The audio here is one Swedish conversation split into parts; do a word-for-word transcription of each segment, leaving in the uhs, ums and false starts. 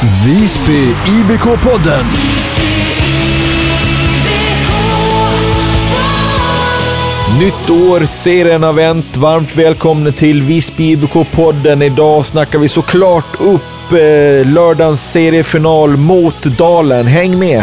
Visby I B K-podden. Nytt år, serien har vänt. Varmt välkomna till Visby I B K-podden. Idag snackar vi såklart upp eh, lördagens seriefinal mot Dalen. Häng med!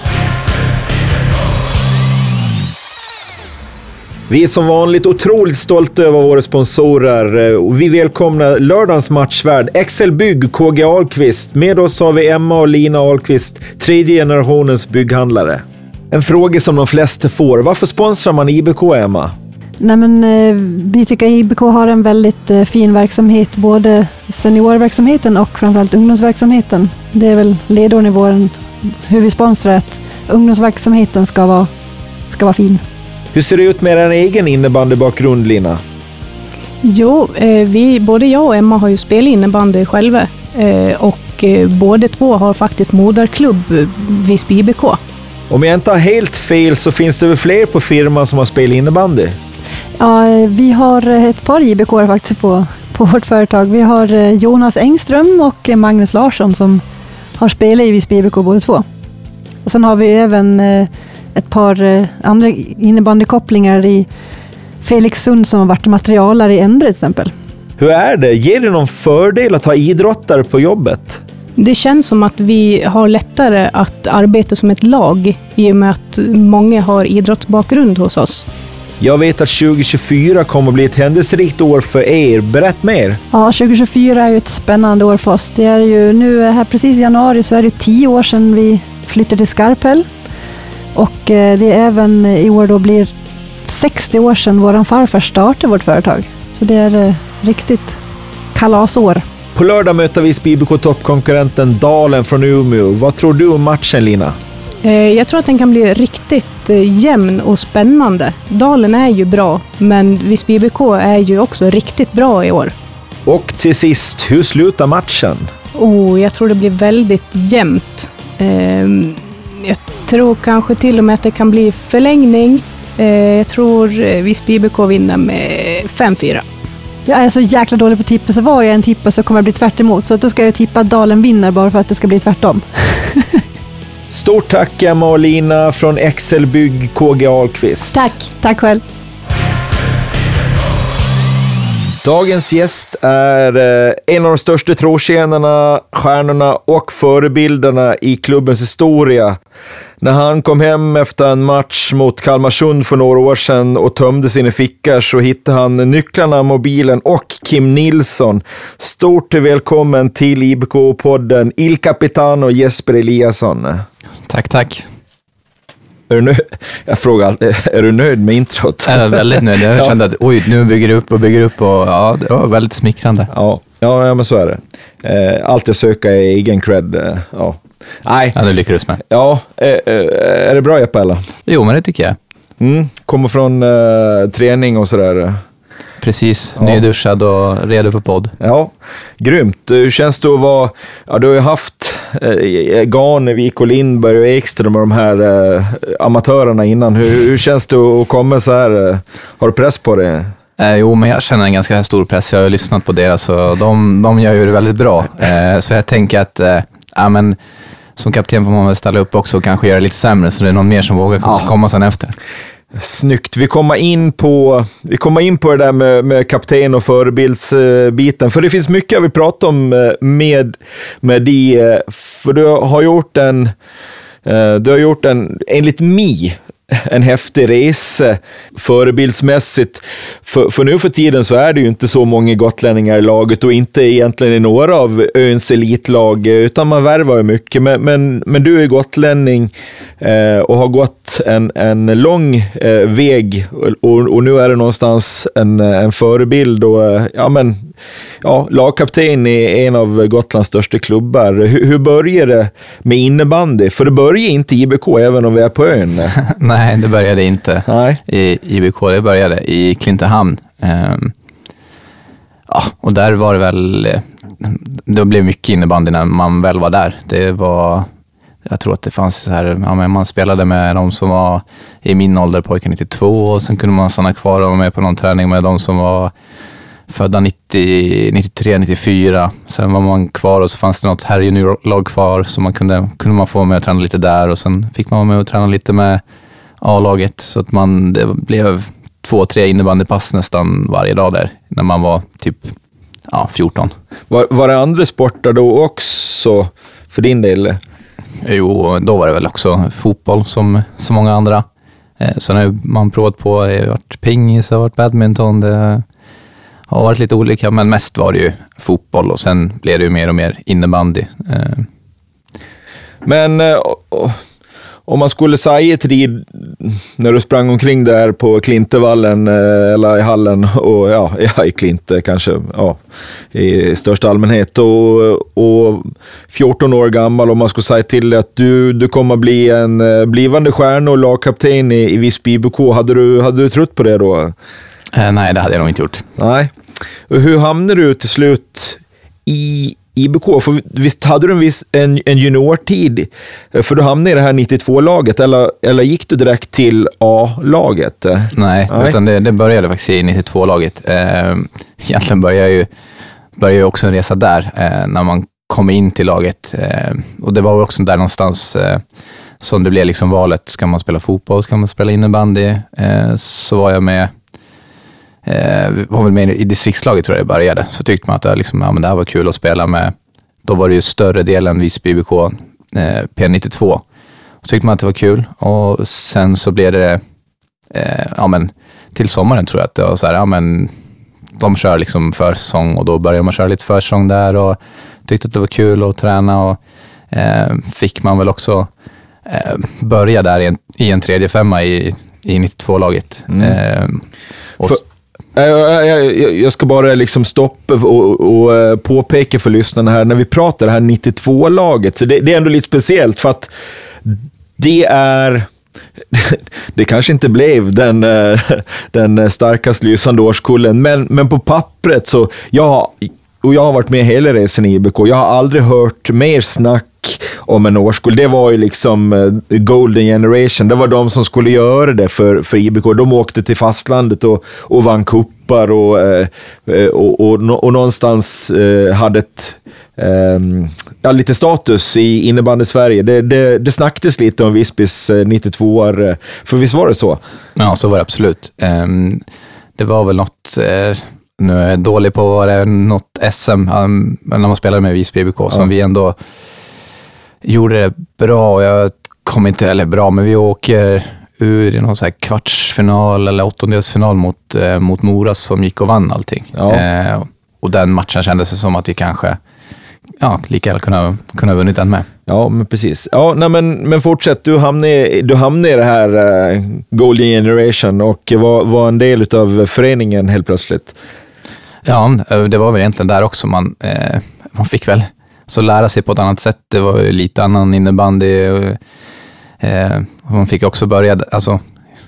Vi är som vanligt otroligt stolta över våra sponsorer och vi välkomnar lördagens matchvärd X L Bygg, K G Ahlqvist. Med oss har vi Emma och Lina Ahlqvist, tredje generationens bygghandlare. En fråga som de flesta får: varför sponsrar man I B K, Emma? Nej, men, eh, vi tycker att I B K har en väldigt eh, fin verksamhet, både seniorverksamheten och framförallt ungdomsverksamheten. Det är väl ledorden i våren hur vi sponsrar, att ungdomsverksamheten ska vara, ska vara fin. Hur ser det ut med en egen innebandybakgrund, Lina? Jo, eh, vi, både jag och Emma har ju spelat innebandy själva eh, och eh, båda två har faktiskt moderklubb Visby I B K. Om jag inte har helt fel så finns det väl fler på firman som har spelat innebandy? Ja, vi har ett par I B K faktiskt på, på vårt företag. Vi har Jonas Engström och Magnus Larsson som har spelat i Visby I B K båda två. Och sen har vi även ett par andra innebandykopplingar i Felix Sund som har varit materialare i Endre till exempel. Hur är det? Ger det någon fördel att ha idrottare på jobbet? Det känns som att vi har lättare att arbeta som ett lag i och med att många har idrottsbakgrund hos oss. Jag vet att tjugo tjugofyra kommer att bli ett händelserikt år för er. Berätt mer. Ja, tjugo tjugofyra är ju ett spännande år för oss. Det är ju nu här precis i januari så är det tio år sedan vi flyttade till Skarpell. Och det är även i år då blir sextio år sedan våran farfar startade vårt företag. Så det är riktigt kalasår. På lördag möter vi I B K-toppkonkurrenten Dalen från Umeå. Vad tror du om matchen, Lina? Jag tror att den kan bli riktigt jämn och spännande. Dalen är ju bra, men Visby I B K är ju också riktigt bra i år. Och till sist, hur slutar matchen? Oh, jag tror det blir väldigt jämnt. Jag tror kanske till och med att det kan bli förlängning. Jag tror Visby I B K vinner med fem fyra. Jag är så jäkla dålig på tippa, så var jag en tippa så kommer det bli tvärt emot. Så då ska jag tippa att Dalen vinner bara för att det ska bli tvärtom. Stort tack Emma och Lina från X L Bygg, K G Ahlqvist. Tack, tack själv. Dagens gäst är en av de största trotjänarna, stjärnorna och förebilderna i klubbens historia. När han kom hem efter en match mot Kalmarsund för några år sedan och tömde sina fickor så hittade han nycklarna, mobilen och Kim Nilsson. Stort välkommen till I B K-podden Il Capitano Jesper Eliasson. Tack, tack. Är du nöjd? Jag frågar alltid, är du nöjd med introt? Jag är väldigt nöjd. Jag ja. kände att oj, nu bygger det upp och bygger upp och ja, det var väldigt smickrande. Ja, ja, ja men så är det. Eh, allt jag söker är egen cred. Eh, ja. Nej. Ja, det lyckades med. Ja, eh, eh, är det bra Jeppe eller? Jo, men det tycker jag. Mm, kommer från eh, träning och sådär. Precis, ja. Nyduschad och redo för podd. Ja, grymt. Hur känns det att vara, ja du har ju haft eh, Garnevik och Lindberg och Ekström och de här eh, amatörerna innan. Hur, hur känns det att komma så här? Eh, har du press på det? Eh, jo, men jag känner en ganska stor press. Jag har lyssnat på deras och de, de gör ju det väldigt bra. Eh, så jag tänker att eh, ja, men, som kapten får man väl ställa upp också och kanske göra lite sämre så det är någon mer som vågar ja. komma sen efter. Snyggt. Vi kommer in på vi kommer in på det där med, med kapten och förebildsbiten. För det finns mycket jag vill prata om med, med det. För du har gjort en du har gjort en, enligt mig, en häftig resa förebildsmässigt. För, för nu för tiden så är det ju inte så många gotlänningar i laget och inte egentligen i några av öns elitlag utan man värvar ju mycket. Men, men, men du är gotlänning eh, och har gått en, en lång eh, väg och, och nu är det någonstans en, en förebild och ja men ja, lagkapten i en av Gotlands största klubbar. Hur, hur börjar det med innebandy? För det börjar inte i I B K även om vi är på ön. Nej, det började inte Nej. i I B K. Det började i Klintehamn. Um, ja, och där var det väl... Det blev mycket innebandy när man väl var där. Det var... Jag tror att det fanns så här... Ja, men man spelade med de som var i min ålder, pojken nittiotvå. Och sen kunde man stanna kvar och vara med på någon träning med de som var födda nittio, nittiotre, nittiofyra. Sen var man kvar och så fanns det något här juniorlag kvar, så man kunde, kunde man få vara med och träna lite där, och sen fick man vara med och träna lite med A-laget, så att man, det blev två, tre innebandypass nästan varje dag där när man var typ ja, fjorton. Var, var det andra sporter då också för din del? Jo, då var det väl också fotboll som så många andra. Eh, sen har man provat på, det har varit pingis, det har varit badminton, det har varit lite olika, men mest var det ju fotboll, och sen blev det ju mer och mer innebandy. Eh. Men eh, om man skulle säga till dig när du sprang omkring där på Klintevallen eh, eller i hallen, och ja, ja i Klinte kanske, ja, i största allmänhet, och, och fjorton år gammal, om man skulle säga till dig att du, du kommer bli en eh, blivande stjärna och lagkapten i, i Visby I B K, hade du, hade du trott på det då? Eh, nej, det hade jag nog inte gjort. Nej. Och hur hamnade du till slut i I B K? För visst hade du en viss en, en juniortid, för du hamnade i det här nittiotvå-laget, eller, eller gick du direkt till A-laget? Nej, Nej. utan det, det började faktiskt i nittiotvå-laget. Eh, egentligen började jag ju började jag också en resa där eh, när man kom in till laget. Eh, och det var också där någonstans eh, som det blev liksom valet. Ska man spela fotboll? Ska man spela innebandy? Eh, så var jag med Eh, var väl med i distriktslaget, tror jag det började. Så tyckte man att det, liksom, ja, men det här var kul att spela med. Då var det ju större delen Visby I B K, eh, P nittiotvå. Så tyckte man att det var kul. Och sen så blev det eh, ja, men, till sommaren tror jag att det var så här, ja, men, de kör liksom försäsong, och då började man köra lite försäsong där, och tyckte att det var kul att träna, och eh, fick man väl också eh, börja där i en, i en tredje femma i, i nittiotvå-laget. Mm. Eh, och För- Jag, jag, jag ska bara liksom stoppa och, och påpeka för lyssnarna här, när vi pratar det här nittiotvå-laget, så det, det är ändå lite speciellt, för att det är det kanske inte blev den, den starkast lysande årskullen, men, men på pappret så jag, och jag har varit med hela resan i I B K, jag har aldrig hört mer snack om en årskull. Det var ju liksom uh, Golden Generation. Det var de som skulle göra det för, för I B K. De åkte till fastlandet och, och vann kuppar och, uh, och, och, och någonstans uh, hade ett um, ja, lite status i innebandy Sverige. Det, det, det snackades lite om Visbys uh, nittiotvå år. För visst var det så? Ja, så var det absolut. Um, det var väl något... Uh, nu är jag dålig på vad det är, något S M um, när man spelade med Visby I B K, som ja. vi ändå gjorde det bra, och jag kom inte heller bra, men vi åker ur i någon så här kvartsfinal eller åttondelsfinal mot, eh, mot Mora, som gick och vann allting. Ja. Eh, och den matchen kändes det som att vi kanske ja, lika väl kunde, kunde ha vunnit den med. Ja, men precis. Ja, nej, men, men fortsätt, du hamnade, du hamnade i det här uh, Golden Generation och var, var en del av föreningen helt plötsligt. Ja, det var väl egentligen där också man, eh, man fick väl så lära sig på ett annat sätt. Det var ju lite annan innebandy. Och, eh, man fick också börja alltså,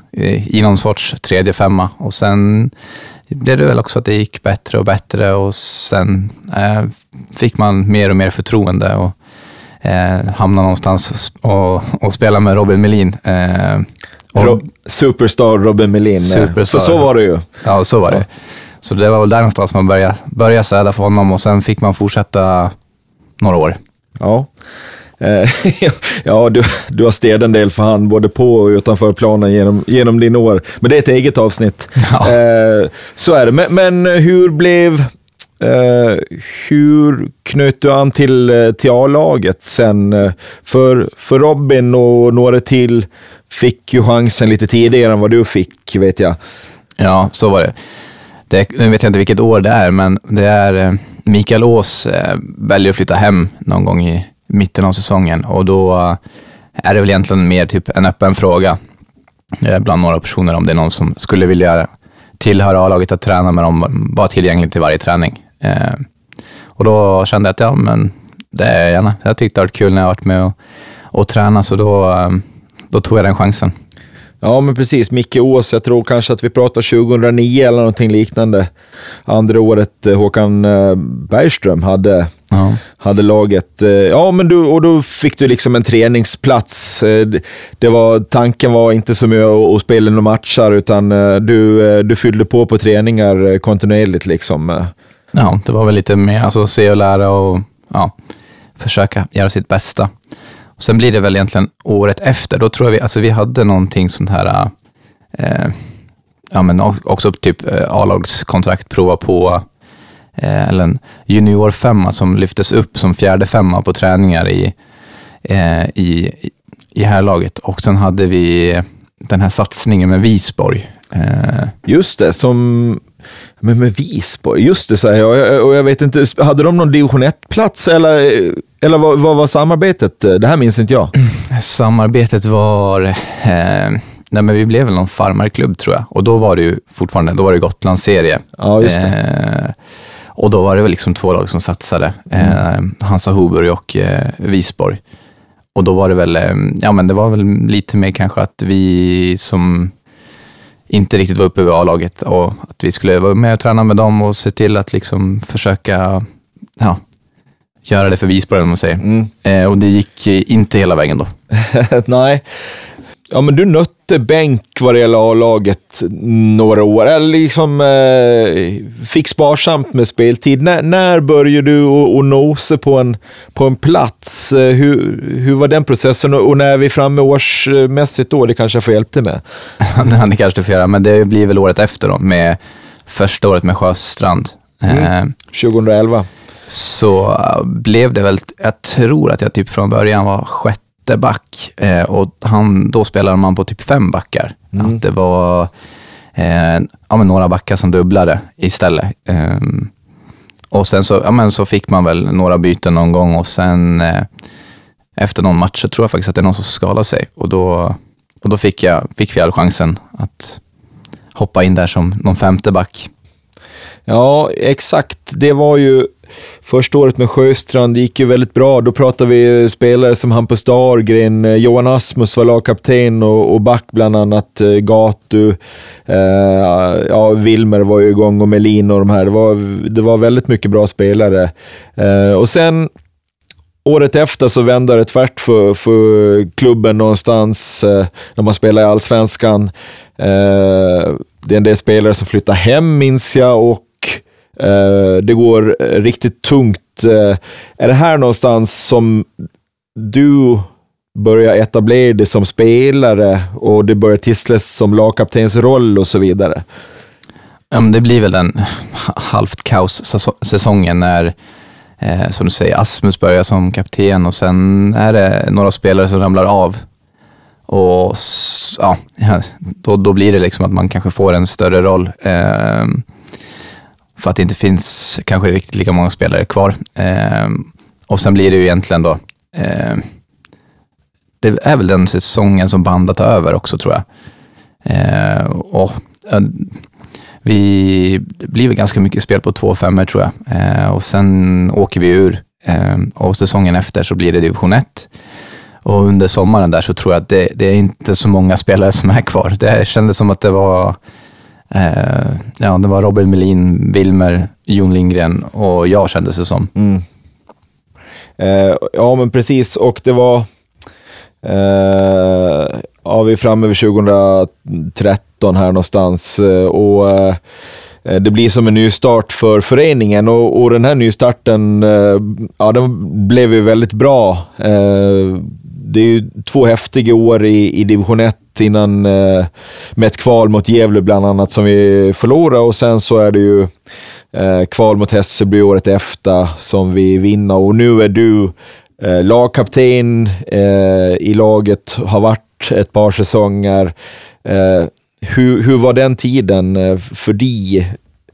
i någon sorts tredje femma. Och sen blev det väl också att det gick bättre och bättre. Och sen eh, fick man mer och mer förtroende och eh, hamnade någonstans och, och spela med Robin Melin. Eh, och Ro- Superstar Robin Melin. Superstar. För så var det ju. Ja, så var det. Så det var väl där någonstans man började, började säda för honom, och sen fick man fortsätta några år. Ja, ja du, du har städat en del för han både på och utanför planen genom, genom din år. Men det är ett eget avsnitt. Ja. Så är det. Men, men hur blev... hur knöt du an till, till A-laget sen? För, för Robin och några till fick ju chansen lite tidigare än vad du fick, vet jag. Ja, så var det. Det, nu vet jag inte vilket år det är, men det är Mikael Ås eh, väljer att flytta hem någon gång i mitten av säsongen, och då eh, är det väl egentligen mer typ en öppen fråga eh, bland några personer om det är någon som skulle vilja tillhöra A-laget att träna med dem, vara tillgänglig till varje träning. Eh, och då kände jag att ja, men det är gärna. Jag tyckte det var kul när jag varit med och, och träna, så då, eh, då tog jag den chansen. Ja, men precis. Micke Ås, jag tror kanske att vi pratar tjugohundranio eller någonting liknande. Andra året Håkan Bergström hade, ja. hade laget. Ja, men du, och då fick du liksom en träningsplats. Det var, tanken var inte så mycket att spela några matcher, utan du, du fyllde på på träningar kontinuerligt liksom. Ja, det var väl lite mer alltså, se och lära och ja, försöka göra sitt bästa. Och sen blir det väl egentligen året efter. Då tror jag vi, alltså vi hade någonting sånt här, eh, ja men också typ A-lagskontrakt, prova på, eh, eller en junior femma som lyftes upp som fjärde femma på träningar i, eh, i, i här laget. Och sen hade vi den här satsningen med Visborg. Eh. Just det, som... Men med Visborg, just det, säger jag. Och jag vet inte, hade de någon division ett-plats eller, eller vad, vad var samarbetet? Det här minns inte jag. Samarbetet var... Eh, nej men vi blev väl någon farmarklubb tror jag. Och då var det ju fortfarande, då var det Gotlandsserie. Ja, just det. Eh, och då var det väl liksom två lag som satsade. Eh, Hansa Hoburg och eh, Visborg. Och då var det väl, eh, ja men det var väl lite mer kanske att vi som... inte riktigt var uppe vid A-laget och att vi skulle vara med och träna med dem och se till att liksom försöka ja, göra det för Visborg, om man säger. Mm. Eh, och det gick inte hela vägen då. Nej. Ja, men du nötte bänk vad det gäller A-laget några år. Eller liksom eh, fick sparsamt med speltid. När, när började du att nosa på en, på en plats? Hur, hur var den processen? Och när är vi framme årsmässigt då? Det kanske jag får hjälp till med. Det kanske du får göra, men det blir väl året efter då. Med första året med Sjöstrand. Mm. Eh, tjugoelva. Så blev det väl, jag tror att jag typ från början var sjätte back eh, och han, då spelade man på typ fem backar. Mm. Att det var eh, ja, men några backar som dubblade istället. Eh, och sen så, ja, men så fick man väl några byten någon gång och sen eh, efter någon match så tror jag faktiskt att det är någon som skadade sig och då, och då fick, jag, fick vi all chansen att hoppa in där som någon femte back. Ja, exakt. Det var ju första året med Sjöstrand, det gick ju väldigt bra. Då pratade vi spelare som Hampus Dahlgren, Johan Asmus var lagkapten och, och back bland annat Gatu. Eh, ja, Wilmer var ju igång och Melin och de här. Det var, det var väldigt mycket bra spelare. Eh, och sen året efter så vände det tvärt för, för klubben någonstans eh, när man spelar i Allsvenskan. Eh, det är en del spelare som flyttar hem, minns jag, och Uh, det går riktigt tungt. Uh, är det här någonstans som du börjar etablera dig som spelare och det börjar tisslas som lagkaptens roll och så vidare? Ja, men det blir väl den halvt kaos-säsongen när eh, som du säger, Asmus börjar som kapten och sen är det några spelare som ramlar av och ja, då, då blir det liksom att man kanske får en större roll. Eh, för att det inte finns kanske riktigt lika många spelare kvar. Eh, och sen blir det ju egentligen då eh, det är väl den säsongen som bandet tar över också, tror jag. Eh, och eh, vi det blir väl ganska mycket spel på två femmor, tror jag. Eh, och sen åker vi ur eh, och säsongen efter så blir det division ett. Och under sommaren där så tror jag att det, det är inte så många spelare som är kvar. Det kändes som att det var Uh, ja, det var Robin Melin, Wilmer, Jon Lindgren och jag, kändes det som. Mm. Uh, ja, men precis. Och det var uh, ja, vi är framme vid tjugohundratretton här någonstans uh, och uh, det blir som en ny start för föreningen och, och den här nystarten uh, ja, den blev ju väldigt bra. Uh, det är ju två häftiga år i, i division ett innan eh, med ett kval mot Gävle bland annat som vi förlorade, och sen så är det ju eh, kval mot Hässelby året efter som vi vinner, och nu är du eh, lagkapten eh, i laget, har varit ett par säsonger. Eh, hur, hur var den tiden eh, för dig?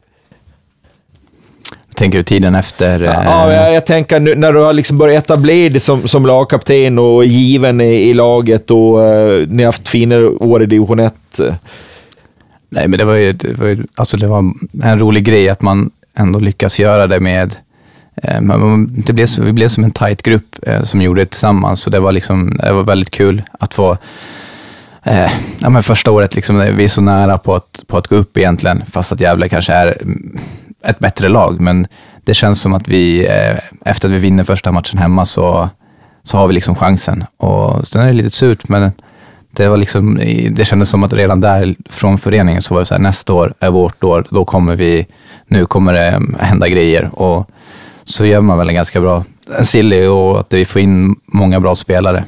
Tänker du tiden efter? Ja, eh... jag, jag tänker nu, när du har liksom börjat etablera dig som, som lagkapten och given i, i laget och uh, ni har haft fina år i division ett. Nej, men det var ju, det var ju alltså det var en rolig grej att man ändå lyckas göra det med eh, man, det blev, vi blev som en tight grupp eh, som gjorde det tillsammans, så det var liksom, det var väldigt kul att få Eh, ja, men första året liksom, vi är så nära på att, på att gå upp egentligen, fast att Gävle kanske är ett bättre lag, men det känns som att vi, eh, efter att vi vinner första matchen hemma så, så har vi liksom chansen. Och sen är det lite surt, men det var liksom, det kändes som att redan där från föreningen så var det så här, nästa år är vårt år, då kommer vi, nu kommer det hända grejer, och så gör man väl en ganska bra silly och att vi får in många bra spelare.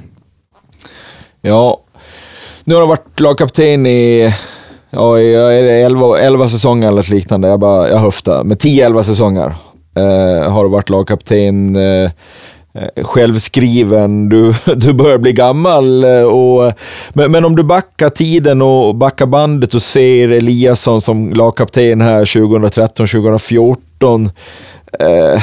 Ja, nu har jag varit lagkapten i, ja, är det elva, elva säsonger eller liknande. Jag bara, jag höftar. Med tio elva säsonger eh, har du varit lagkapten, eh, självskriven. Du, du börjar bli gammal. Och, men, men om du backar tiden och backar bandet och ser Eliasson som lagkapten här tjugohundratretton tjugofjorton, eh,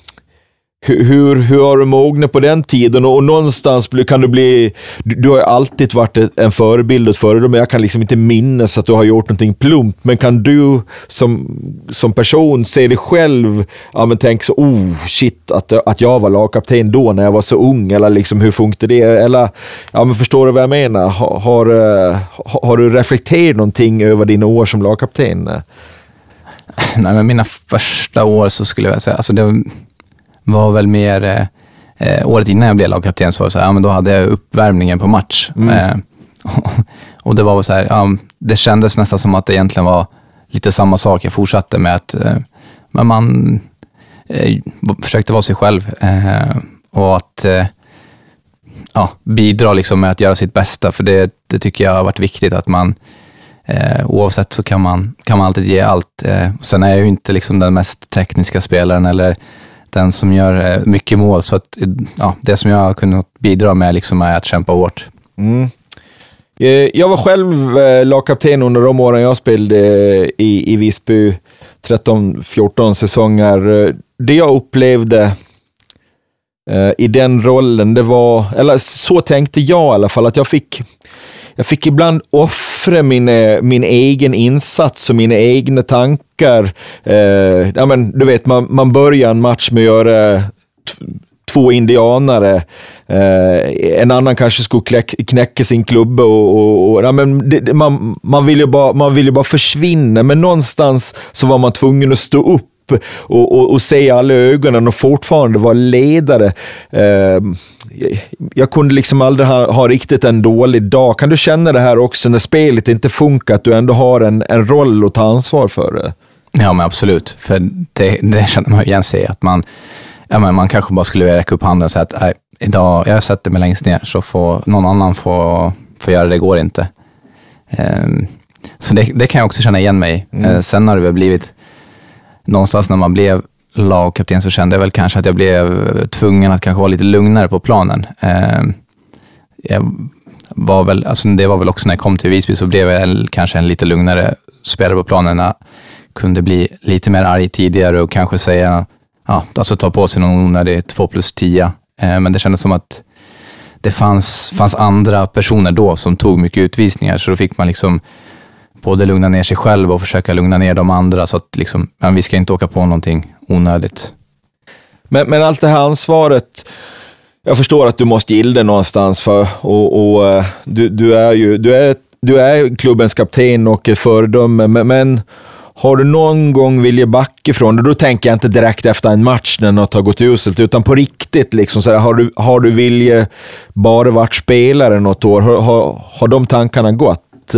Hur, hur har du mognat på den tiden? Och, och någonstans kan du bli... Du, du har ju alltid varit en förebild åt föredöme, men jag kan liksom inte minnas att du har gjort någonting plumpt. Men kan du som, som person se dig själv, ja, men tänk så, oh shit, att, att jag var lagkapten då när jag var så ung, eller liksom hur funkar det? Eller, ja, men förstår du vad jag menar? Har, har, har du reflekterat någonting över dina år som lagkapten? Nej, men mina första år så skulle jag säga, alltså det var väl mer eh, året innan jag blev lagkapten, så var det så här, ja, men då hade jag uppvärmningen på match. Mm. Eh, och, och det var så här, ja, det kändes nästan som att det egentligen var lite samma sak. Jag fortsatte med att eh, men man eh, försökte vara sig själv eh, och att eh, ja, bidra liksom med att göra sitt bästa, för det, det tycker jag har varit viktigt, att man eh, oavsett så kan man, kan man alltid ge allt. Eh, sen är jag ju inte liksom den mest tekniska spelaren eller den som gör mycket mål, så att ja, det som jag har kunnat bidra med liksom är att kämpa hårt. Mm. Jag var själv lagkapten under de åren jag spelade i, i Visby, tretton fjorton säsonger. Det jag upplevde eh, i den rollen, det var, eller så tänkte jag i alla fall, att jag fick Jag fick ibland offra min, min egen insats och mina egna tankar. Eh, ja, men, du vet, man, man börjar en match med att göra t- två indianare. Eh, en annan kanske skulle kläck, knäcka sin klubba. Och, och, och, ja, men det, man, man vill ju bara, man vill ju bara försvinna. Men någonstans så var man tvungen att stå upp och, och, och se alla ögonen och fortfarande vara ledare. Eh, jag kunde liksom aldrig ha, ha riktigt en dålig dag. Kan du känna det här också när spelet inte funkar, att du ändå har en, en roll att ta ansvar för det? Ja, men absolut. För det, det känner man igen sig, att man, ja, men man kanske bara skulle räcka upp handen och säga att nej, idag, jag sätter mig längst ner, så får någon annan få, få göra det, det går inte. Eh, så det, det kan jag också känna igen mig. Mm. Eh, sen har det väl blivit någonstans när man blev lagkapten, så kände jag väl kanske att jag blev tvungen att kanske vara lite lugnare på planen. Eh, jag var väl, alltså det var väl också när jag kom till Visby, så blev jag kanske en lite lugnare spelare på planen. Jag kunde bli lite mer arg tidigare och kanske säga, ja, alltså ta på sig någon onödig två plus tio. Eh, men det kändes som att det fanns, fanns andra personer då som tog mycket utvisningar, så då fick man liksom både lugna ner sig själv och försöka lugna ner de andra, så att liksom, ja, vi ska inte åka på någonting onödigt. Men, men allt det här ansvaret, jag förstår att du måste gilla det någonstans, för, och, och du, du är ju du är, du är klubbens kapten och föredöme, men, men har du någon gång vilja backa ifrån det? Då tänker jag inte direkt efter en match när något har gått uselt, utan på riktigt liksom, så här, har du, har du vilja bara varit spelare något år? Har, har, har de tankarna gått?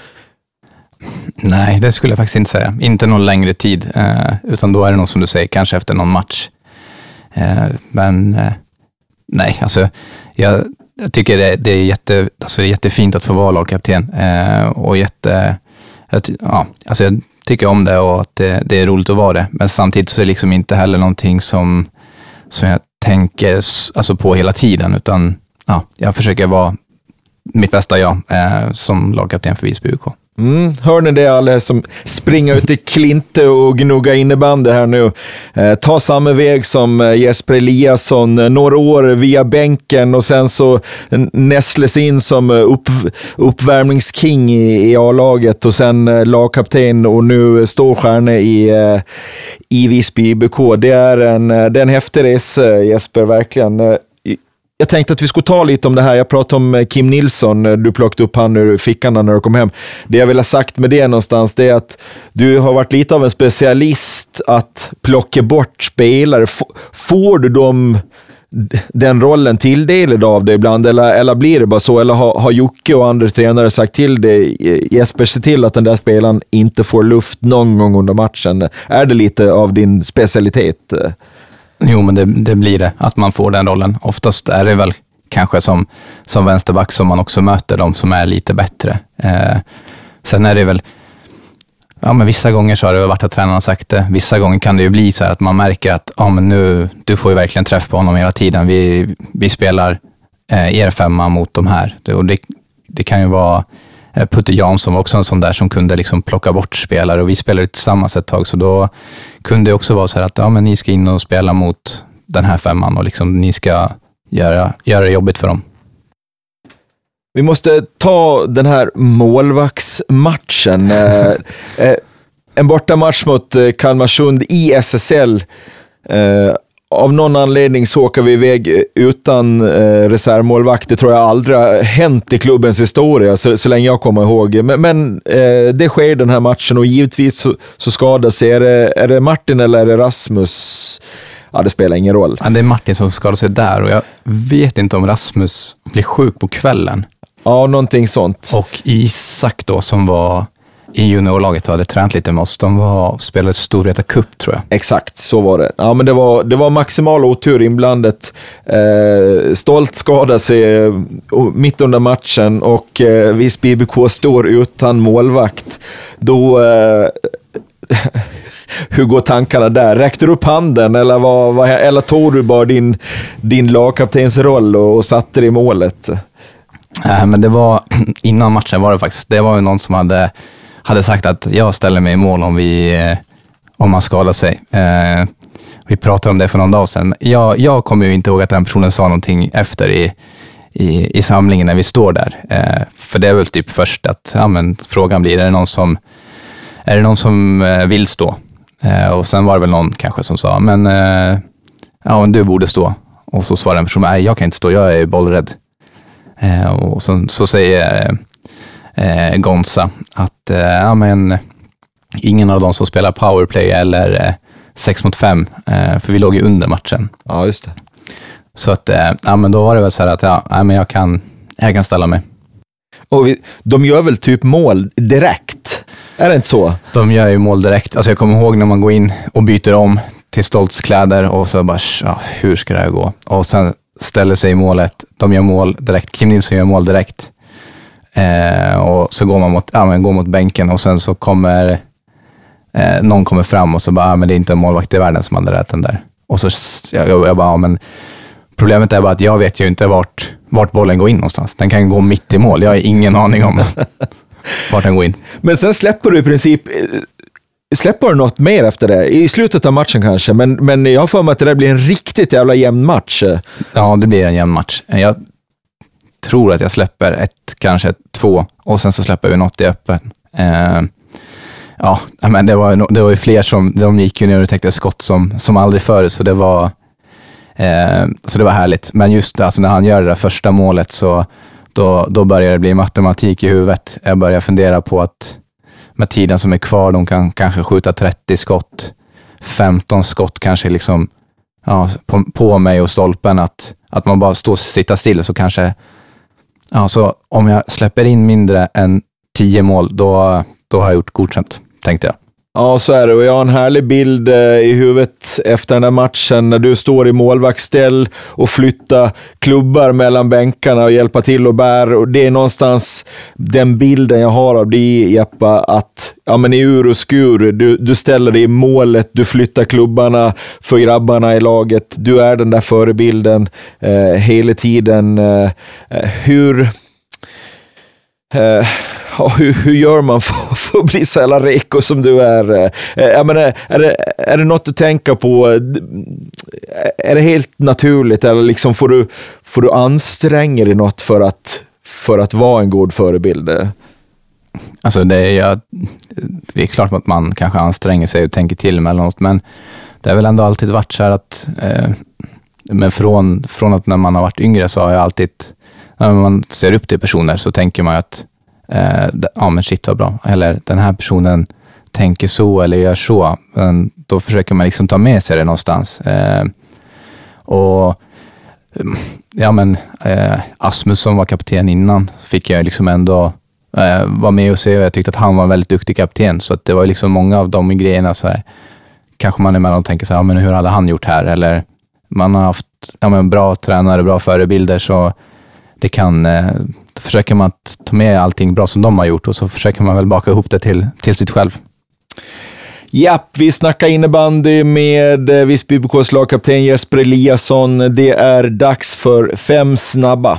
Nej, det skulle jag faktiskt inte säga. Inte någon längre tid, eh, utan då är det nog som du säger, kanske efter någon match. Eh, men eh, nej, alltså jag, jag tycker det, det, är jätte, alltså det är jättefint att få vara lagkapten. Eh, och jätte, jag, ja, alltså jag tycker om det och att det, det är roligt att vara det. Men samtidigt så är det liksom inte heller någonting som, som jag tänker alltså på hela tiden, utan ja, jag försöker vara mitt bästa jag eh, som lagkapten för Visby U K. Mm, hör ni det alla som springer ut i Klinte och gnugga innebandy här nu? Eh, ta samma väg som Jesper Eliasson, några år via bänken och sen så nästles in som upp, uppvärmningsking i, i A-laget och sen eh, lagkapten och nu storstjärna i, eh, i Visby I B K. Det är en, det är en häftig resa, Jesper, verkligen. jag tänkte att vi skulle ta lite om det här. Jag pratade om Kim Nilsson. Du plockade upp han ur fickan när du kom hem. Det jag vill ha sagt med det någonstans, det är att du har varit lite av en specialist att plocka bort spelare. Får du dem den rollen tilldelad av dig ibland, eller, eller blir det bara så, eller har, har Jocke och andra tränare sagt till dig, Jesper, se till att den där spelaren inte får luft någon gång under matchen? Är det lite av din specialitet? Jo, men det, det blir det, att man får den rollen. Oftast är det väl kanske som, som vänsterback som man också möter de som är lite bättre. Eh, sen är det väl, ja, men vissa gånger så har det varit att tränarna har sagt det. Vissa gånger kan det ju bli så här att man märker att ja, men nu, du får ju verkligen träff på honom hela tiden. Vi, vi spelar eh, er femma mot de här. Det, och det, det kan ju vara eh, Putte Jansson var också en sån där som kunde liksom plocka bort spelare, och vi spelade tillsammans ett tag, så då kunde det också vara så här att ja, men ni ska in och spela mot den här femman och liksom ni ska göra, göra det jobbigt för dem. Vi måste ta den här målvaktsmatchen. eh, eh, en bortamatch mot eh, Kalmarsund i S S L. Eh, av någon anledning så åker vi iväg utan eh, reservmålvakt. Det tror jag aldrig har hänt i klubbens historia, så, så länge jag kommer ihåg. Men, men eh, det sker den här matchen, och givetvis så, så skadas sig. Är det, är det Martin eller är det Rasmus? Ja, det spelar ingen roll. Ja, det är Martin som skadar sig där, och jag vet inte om Rasmus blir sjuk på kvällen. Ja, någonting sånt. Och Isak då, som var i juniorlaget och hade tränat lite med oss, de var, spelade Storvreta Cup, tror jag. Exakt, så var det. Ja, men det var, det var maximal otur inblandet. Eh, Stolt skadade sig eh, mitt under matchen, och eh, Visby I B K står utan målvakt. Då... Eh, hur går tankarna där? Räckte du upp handen, eller, vad, vad, eller tog du bara din, din lagkaptensroll och, och satte dig i målet? Äh, men det var, innan matchen var det faktiskt, det var ju någon som hade, hade sagt att jag ställer mig i mål om, vi, om man skadar sig. Eh, vi pratade om det för någon dag sedan. Jag, jag kommer ju inte ihåg att den personen sa någonting efter i, i, i samlingen när vi står där. Eh, för det är väl typ först att ja, men, frågan blir, är det någon som, är det någon som eh, vill stå? Eh, och sen var det väl någon kanske som sa, men eh, ja, men du borde stå. Och så svarade en person, nej, jag kan inte stå, jag är bollrädd. Eh, och så, så säger eh, Gonza att eh, ja, men, ingen av dem som spelar powerplay eller eh, sex mot fem, eh, för vi låg ju under matchen. Ja, just det. Så att, eh, ja, men då var det väl så här att ja, ja, men jag, kan, jag kan ställa mig. Och vi, de gör väl typ mål direkt? Är det inte så? De gör ju mål direkt. Alltså jag kommer ihåg när man går in och byter om till Stolts kläder och så bara, ja, hur ska det här gå? Och sen ställer sig i målet. De gör mål direkt. Kim Nilsson gör mål direkt. Eh, och så går man mot, ja, men går mot bänken, och sen så kommer eh, någon kommer fram och så bara, ja, men det är inte en målvakt i världen som hade rätt den där. Och så jag, jag bara, ja, men problemet är bara att jag vet ju inte vart, vart bollen går in någonstans. Den kan gå mitt i mål. Jag har ingen aning om vart den går in. Men sen släpper du i princip... Släpper du något mer efter det? I slutet av matchen kanske, men, men jag har för mig att det där blir en riktigt jävla jämn match. Ja, det blir en jämn match. Jag tror att jag släpper ett, kanske ett, två, och sen så släpper vi något i öppen. Eh, ja, men det var, det var ju fler som, de gick ju ner och täckte skott som, som aldrig förr, så det var eh, så det var härligt. Men just alltså, när han gör det där första målet, så då, då börjar det bli matematik i huvudet. Jag börjar fundera på att med tiden som är kvar, de kan kanske skjuta trettio skott, femton skott kanske liksom, ja, på, på mig och stolpen, att, att man bara står och sitter still, så kanske, ja, så om jag släpper in mindre än tio mål, då, då har jag gjort godkänt, tänkte jag. Ja, så är det. Och jag har en härlig bild eh, i huvudet efter den här matchen när du står i målvaktsställ och flyttar klubbar mellan bänkarna och hjälpa till och bär. Och det är någonstans den bilden jag har av dig, Jeppa, att ja, men i ur och skur, du, du ställer dig i målet, du flyttar klubbarna för grabbarna i laget. Du är den där förebilden eh, hela tiden. Eh, hur... Eh, Ja, hur, hur gör man för, för att bli så jävla reko som du är? Jag menar, är, det, är det något du tänker på? Är det helt naturligt, eller liksom får du, får du anstränga dig något för att, för att vara en god förebild? Alltså det är, ja, det är klart att man kanske anstränger sig och tänker till med något, men det har väl ändå alltid varit så här att eh, men från, från att när man har varit yngre så har jag alltid, när man ser upp till personer så tänker man att eh, ja men shit vad bra, eller den här personen tänker så eller gör så, men då försöker man liksom ta med sig det någonstans. Eh, och ja men eh, Asmus som var kapten innan fick jag liksom ändå eh, vara med och se, och jag tyckte att han var en väldigt duktig kapten, så att det var liksom många av de grejerna så här, kanske man emellan tänker så här, ja, men hur hade han gjort här, eller man har haft ja, men bra tränare, bra förebilder, så det kan eh, då försöker man att ta med allting bra som de har gjort, och så försöker man väl baka ihop det till, till sitt själv. Japp, vi snackar innebandy med Visby I B K:s lagkapten Jesper Eliasson. Det är dags för fem snabba.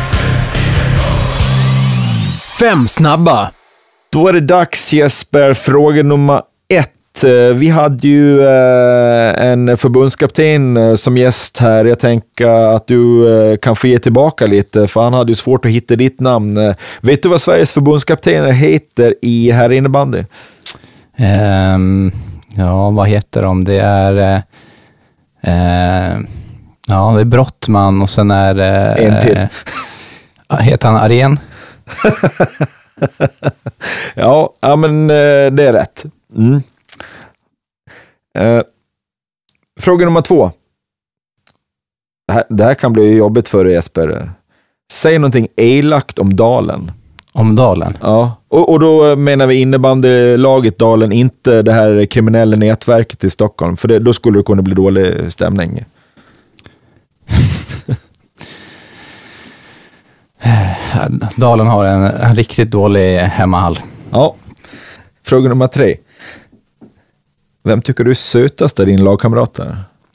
Fem snabba. Då är det dags, Jesper. Fråga nummer ett. Vi hade ju en förbundskapten som gäst här. Jag tänker att du kan få ge tillbaka lite, för han hade ju svårt att hitta ditt namn. Vet du vad Sveriges förbundskapten heter i här innebandy? Um, ja, vad heter de? Det är uh, ja, det är Brottman, och sen är uh, en till. Uh, heter han Aren? ja, ja, men uh, det är rätt. Mm. Uh, fråga nummer två. Det här, det här kan bli jobbigt för dig, Jesper. Säg någonting elakt om Dalen. Om Dalen? Ja, och, och då menar vi innebandylaget Dalen, inte det här kriminella nätverket i Stockholm, för det, då skulle det kunna bli dålig stämning. Dalen har en, en riktigt dålig hemmahall. Ja. Fråga nummer tre. Vem tycker du är sötast av din lagkamrater?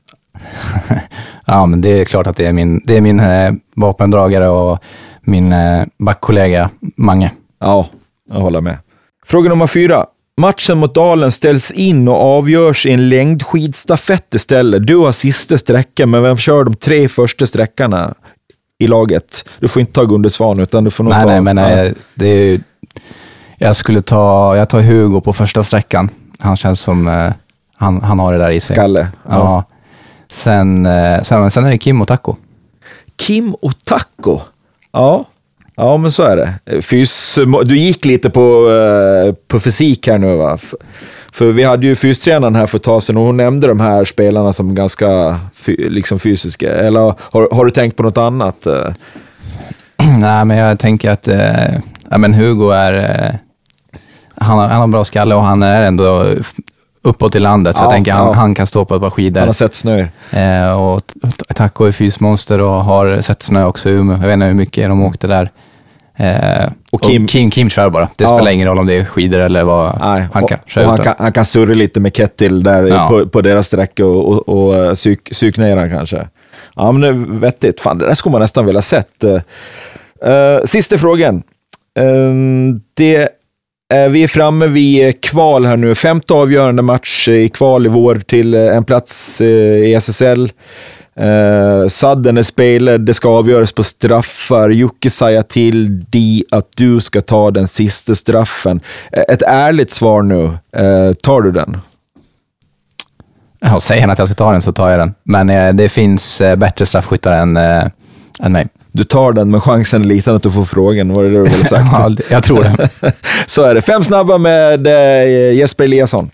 Ja, men det är klart att det är min, det är min eh, vapendragare och min eh, backkollega Mange. Ja, jag håller med. Fråga nummer fyra. Matchen mot Dalen ställs in och avgörs i en längdskidstafett istället. Du har sista sträckan, men vem kör de tre första sträckorna i laget? Du får inte ta Gunde Svan, utan du får nog nej, ta... Nej, men ja. nej, det är ju... Jag skulle ta... Jag tar Hugo på första sträckan. Han känns som... Eh, han, han har det där i sig. Skalle. Ja. ja. Sen, eh, sen, sen är det Kim och Taco. Kim och Taco? Ja. Ja, men så är det. Fys, du gick lite på, på fysik här nu, va? För vi hade ju fystränaren här för ett tag sedan, och hon nämnde de här spelarna som ganska liksom fysiska. Eller har, har du tänkt på något annat? Nej, men jag tänker att eh, ja, men Hugo är... Eh, han, har, han har bra skalle, och han är ändå uppåt i landet, så ja, jag tänker han, ja. han kan stå på ett par skidor. Han har sett snö. Eh, och Taco är fysmonster och har sett snö också. Jag vet inte hur mycket de åkte där. Eh, och Kim, och Kim, Kim kör bara. Det ja. spelar ingen roll om det är skidor eller vad. Nej, han kan köra. Han kan, han kan surra lite med kettil där ja. på, på deras sträcka och, och, och psyk, psyk ner han kanske. Ja, men det är vettigt. Fan, det där skulle man nästan vilja sett. Uh, sista frågan. Uh, det Vi är framme vid kval här nu. Femte avgörande match i kval i vår till en plats i S S L. Eh, Sadden är spelad. Det ska avgöras på straffar. Jocke säger till dig att du ska ta den sista straffen. Ett ärligt svar nu. Eh, tar du den? Ja, säger han att jag ska ta den så tar jag den. Men eh, det finns eh, bättre straffskyttar än, eh, än mig. Du tar den, men chansen är liten att du får frågan. Var det det du ville sagt? Ja, jag tror det. Så är det. Fem snabba med eh, Jesper Eliasson.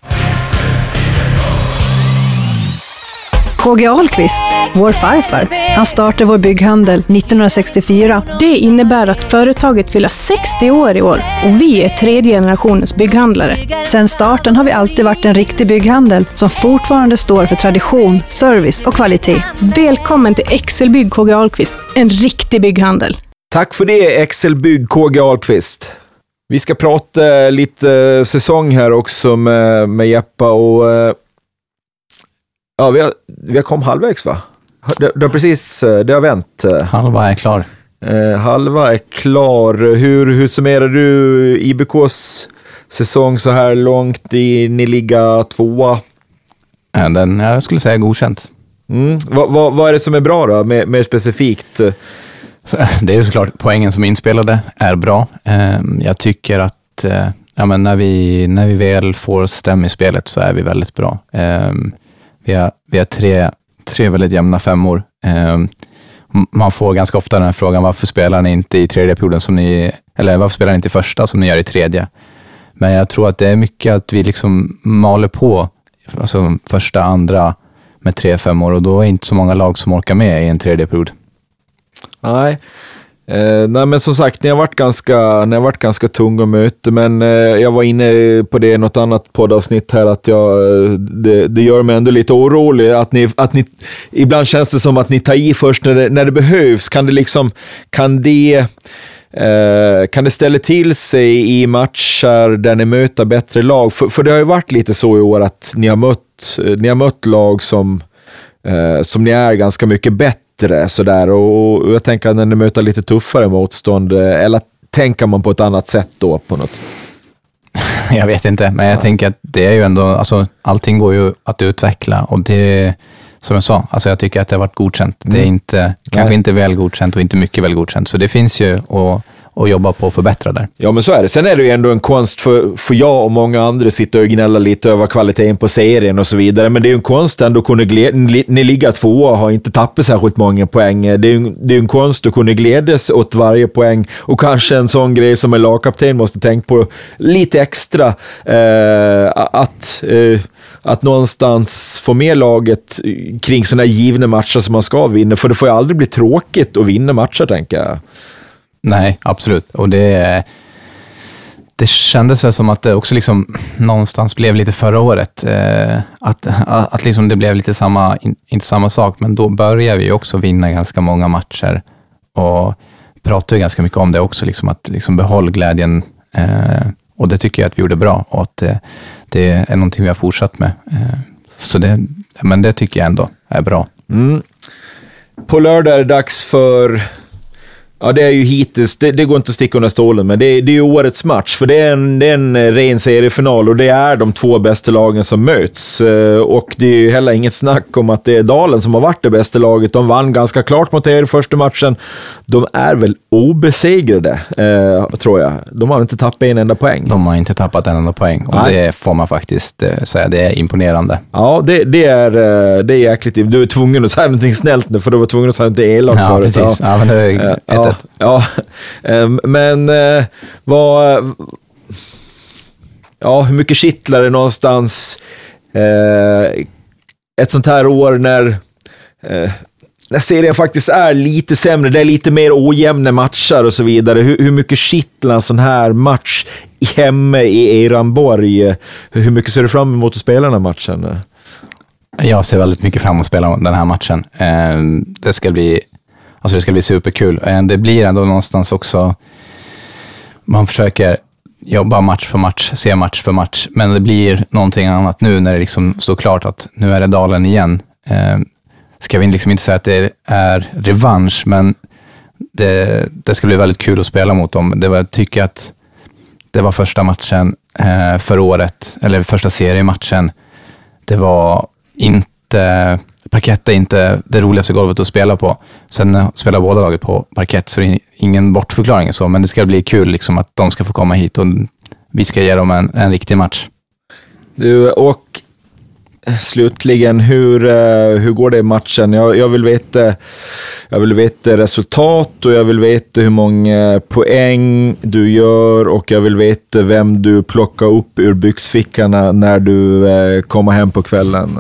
K G Ahlqvist, vår farfar, han startade vår bygghandel nittonhundrasextiofyra. Det innebär att företaget fyller sextio år i år, och vi är tredje generationens bygghandlare. Sen starten har vi alltid varit en riktig bygghandel som fortfarande står för tradition, service och kvalitet. Välkommen till Excelbygg K G Ahlqvist, en riktig bygghandel. Tack för det, Excelbygg K G Ahlqvist. Vi ska prata lite säsong här också med, med Jeppa, och ja, vi har, vi har kommit halvvägs, va? Det, det har precis, det har vänt. Halva är klar. Eh, halva är klar. Hur, hur summerar du I B K:s säsong så här långt? I, ni ligger tvåa. Den, jag skulle säga godkänt. Mm. Vad, vad, vad är det som är bra då? Mer, mer specifikt? Så, det är ju såklart poängen som inspelade är bra. Eh, jag tycker att eh, ja, men när, vi, när vi väl får stäm i spelet så är vi väldigt bra. Eh, Vi har, vi har tre, tre väldigt jämna femmor. Eh, man får ganska ofta den här frågan, varför spelar ni inte i tredje perioden som ni, eller varför spelar ni inte i första som ni gör i tredje? Men jag tror att det är mycket att vi liksom maler på, alltså första, andra med tre femmor, och då är inte så många lag som orkar med i en tredje period. Nej. Eh, nej men som sagt, ni har varit ganska, ni har varit ganska tung att möta, men eh, jag var inne på det i något annat poddavsnitt här, att jag, det, det gör mig ändå lite orolig att ni, att ni, ibland känns det som att ni tar i först när det, när det behövs. Kan det liksom, kan det eh, kan det ställa till sig i matcher där ni möter bättre lag? För, för det har ju varit lite så i år att ni har mött, ni har mött lag som, eh, som ni är ganska mycket bättre sådär, och jag tänker att när ni möter lite tuffare motstånd, eller tänker man på ett annat sätt då på något? Jag vet inte, men jag ja. tänker att det är ju ändå, alltså allting går ju att utveckla, och det, som jag sa, alltså jag tycker att det har varit godkänt. Mm. Det är inte, kanske Nej. inte väl godkänt och inte mycket väl godkänt, så det finns ju att och jobba på att förbättra där. Ja, men så är det. Sen är det ju ändå en konst för, för jag och många andra sitter och gnäller lite över kvaliteten på serien och så vidare, men det är ju en konst ändå att kunna gled, ni ligger två och har inte tappat särskilt många poäng. Det är ju det är en konst att kunna glädjas åt varje poäng, och kanske en sån grej som en lagkapten måste tänka på lite extra, eh, att, eh, att någonstans få med laget kring såna här givna matcher som man ska vinna, för det får ju aldrig bli tråkigt att vinna matcher, tänker jag. Nej, absolut. Och det, det kändes väl som att det också liksom någonstans blev lite förra året. Eh, att att liksom det blev lite samma, in, inte samma sak, men då började vi också vinna ganska många matcher. Och pratade ju ganska mycket om det också, liksom att liksom behålla glädjen. Eh, och det tycker jag att vi gjorde bra, och att det, det är någonting vi har fortsatt med. Eh, så det, men det tycker jag ändå är bra. Mm. På lördag är det dags för... Ja, det är ju hittills, det, det går inte att sticka under stolen, men det, det är ju årets match, för det är, en, det är en ren seriefinal, och det är de två bästa lagen som möts, och det är ju heller inget snack om att det är Dalen som har varit det bästa laget. De vann ganska klart mot er i första matchen. De är väl obesegrade, eh, tror jag. De har inte tappat en enda poäng. De har inte tappat en enda poäng, och Nej. det får man faktiskt eh, säga, det är imponerande. Ja, det, det, är, det är jäkligt. Du är tvungen att säga någonting snällt nu, för du var tvungen att säga någonting elakt förut. Ja, precis. Ja, men det är ett ja. Ja, men vad, ja, hur mycket kittlar det någonstans eh, ett sånt här år när eh, när serien faktiskt är lite sämre, det är lite mer ojämna matcher och så vidare. Hur, hur mycket kittlar en sån här match hemma i Ehrenborg? Hur mycket ser du fram emot att spela den här matchen? Jag ser väldigt mycket fram emot att spela den här matchen. Eh, det ska bli Alltså det ska bli superkul. Det blir ändå någonstans också, man försöker jobba match för match, se match för match, men det blir någonting annat nu när det liksom står klart att nu är det Dalen igen. Eh, ska vi liksom inte säga att det är revansch, men det, det ska bli väldigt kul att spela mot dem. Det var, jag tycker att det var första matchen eh, för året, eller första seriematchen. Det var inte... Parkett är inte det roligaste golvet att spela på. Sen spelar båda laget på parkett, så det är ingen bortförklaring så, men det ska bli kul liksom att de ska få komma hit och vi ska ge dem en, en riktig match. Du, och slutligen, hur, hur går det i matchen? Jag, jag, vill veta, jag vill veta resultat, och jag vill veta hur många poäng du gör, och jag vill veta vem du plockar upp ur byxfickorna när du kommer hem på kvällen.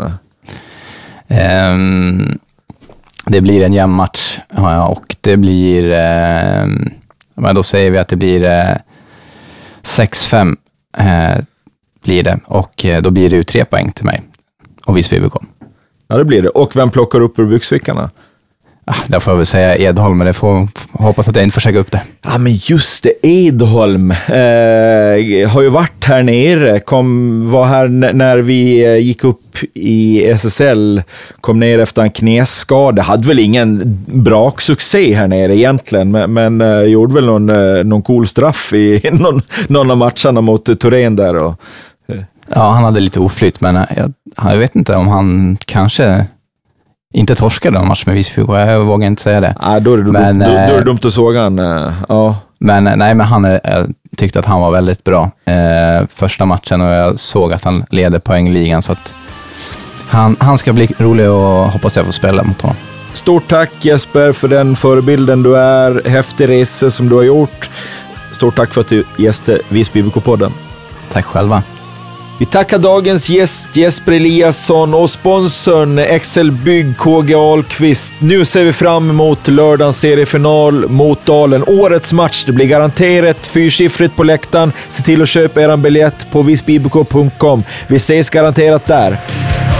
Um, det blir en jämn match, ja, och det blir um, men då säger vi att det blir uh, sex fem uh, blir det, och uh, då blir det ju tre poäng till mig och Visby B K. Ja, det blir det. Och vem plockar upp ur byxfickorna? Ah, där får jag väl säga Edholm, men det får hoppas att jag inte får säga upp det. Ja, men just det, Edholm eh, har ju varit här nere, kom, var här n- när vi gick upp i S S L, kom ner efter en knäskada, hade väl ingen bra succé här nere egentligen, men, men eh, gjorde väl någon, eh, någon cool straff i någon, någon av matcherna mot Torén där. Och, eh. Ja, han hade lite oflytt, men jag, jag vet inte om han kanske... Inte torskade någon match med Visby, jag vågar inte säga det. Nej, då är det, dumt, men, då, då är det dumt att såga han. Ja. Men, nej, men han jag tyckte att han var väldigt bra eh, första matchen, och jag såg att han leder poängligan, så att Han, han ska bli rolig och hoppas jag får spela mot honom. Stort tack Jesper för den förebilden du är. Häftig resa som du har gjort. Stort tack för att du gäste Visby I B K-podden. Tack själva. Vi tackar dagens gäst Jesper Eliasson och sponsorn Excel Bygg K G Ahlqvist. Nu ser vi fram emot lördagens seriefinal mot Dalen. Årets match, det blir garanterat fyrsiffrigt på läktaren. Se till att köpa er en biljett på visby i b k punkt com. Vi ses garanterat där.